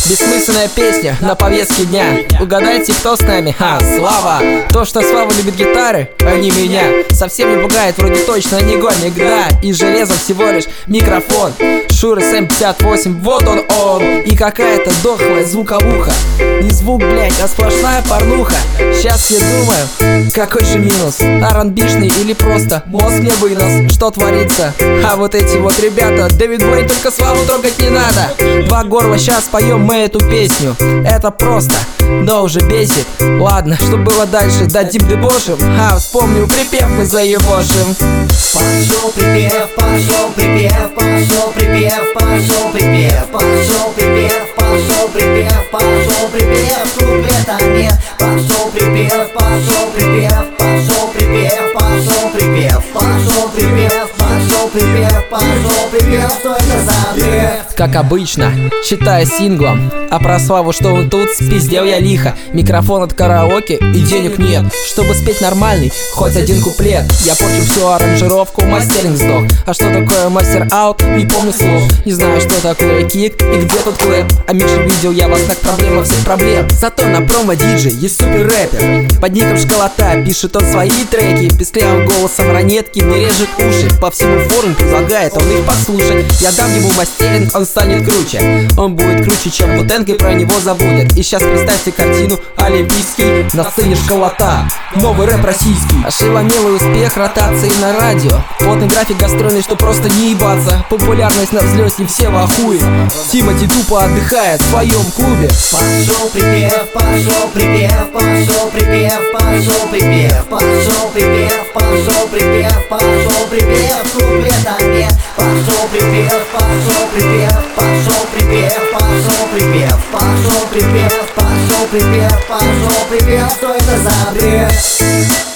Бессмысленная песня на повестке дня. Угадайте, кто с нами? Слава. То, что Слава любит гитары, а не меня, совсем не пугает, вроде точно не гонник, да. И железо всего лишь микрофон. Shure SM58, вот он. И какая-то дохлая звуковуха. Не звук, блять, а сплошная порнуха. Сейчас я думаю, какой же минус, R&B-шный или просто мозг мне вынос. Что творится? А вот эти вот ребята, Дэвид Блейн, только Славу трогать не надо. Два горла, сейчас поем мы эту песню. Это просто, но уже бесит. Ладно, что было дальше, дадим дебошим. Вспомнил припев, мы заебошим. Пошел припев, пошел припев, пошел припев, пошел припев, пошел припев, пошел припев, пошел припев, куплета нет. Пошел припев, пошел припев, пошел припев, пошел припев, пошел припев, пошел припев, пошел припев, что это за бред? Как обычно, читая синглом, а про Славу, что он тут, спиздел я лихо. Микрофон от караоке и денег нет, чтобы спеть нормальный, хоть один куплет. Я порчу всю аранжировку, мастеринг сдох. А что такое мастер-аут, не помню слов. Не знаю, что такое кик и где тут клэп. А Миша, видел я вас как проблема всех проблем. Зато на промо-диджей есть супер-рэпер под ником Школота, пишет он свои треки. Песклявым голосом ранетки мне режет уши. По всему форуму предлагает он их послушать. Я дам ему мастеринг, он станет круче. Он будет круче, чем Вутенг, и про него забудет. И сейчас представьте картину: олимпийский, на сцене Школота, новый рэп российский. Ошеломелый успех ротации на радио, плотный график гастрольный, что просто не ебаться. Популярность на взлете, все в ахуе. Тимати тупо отдыхает в своем клубе. Пошел припев, пошел припев, пошел припев, пошел припев, пошел припев, пошел припев, пошел припев, куплета нет. Пошел припев, пошел припев, пошел припев, пошел припев, пошел припев, пошел припев, пошел припев, что это за бред?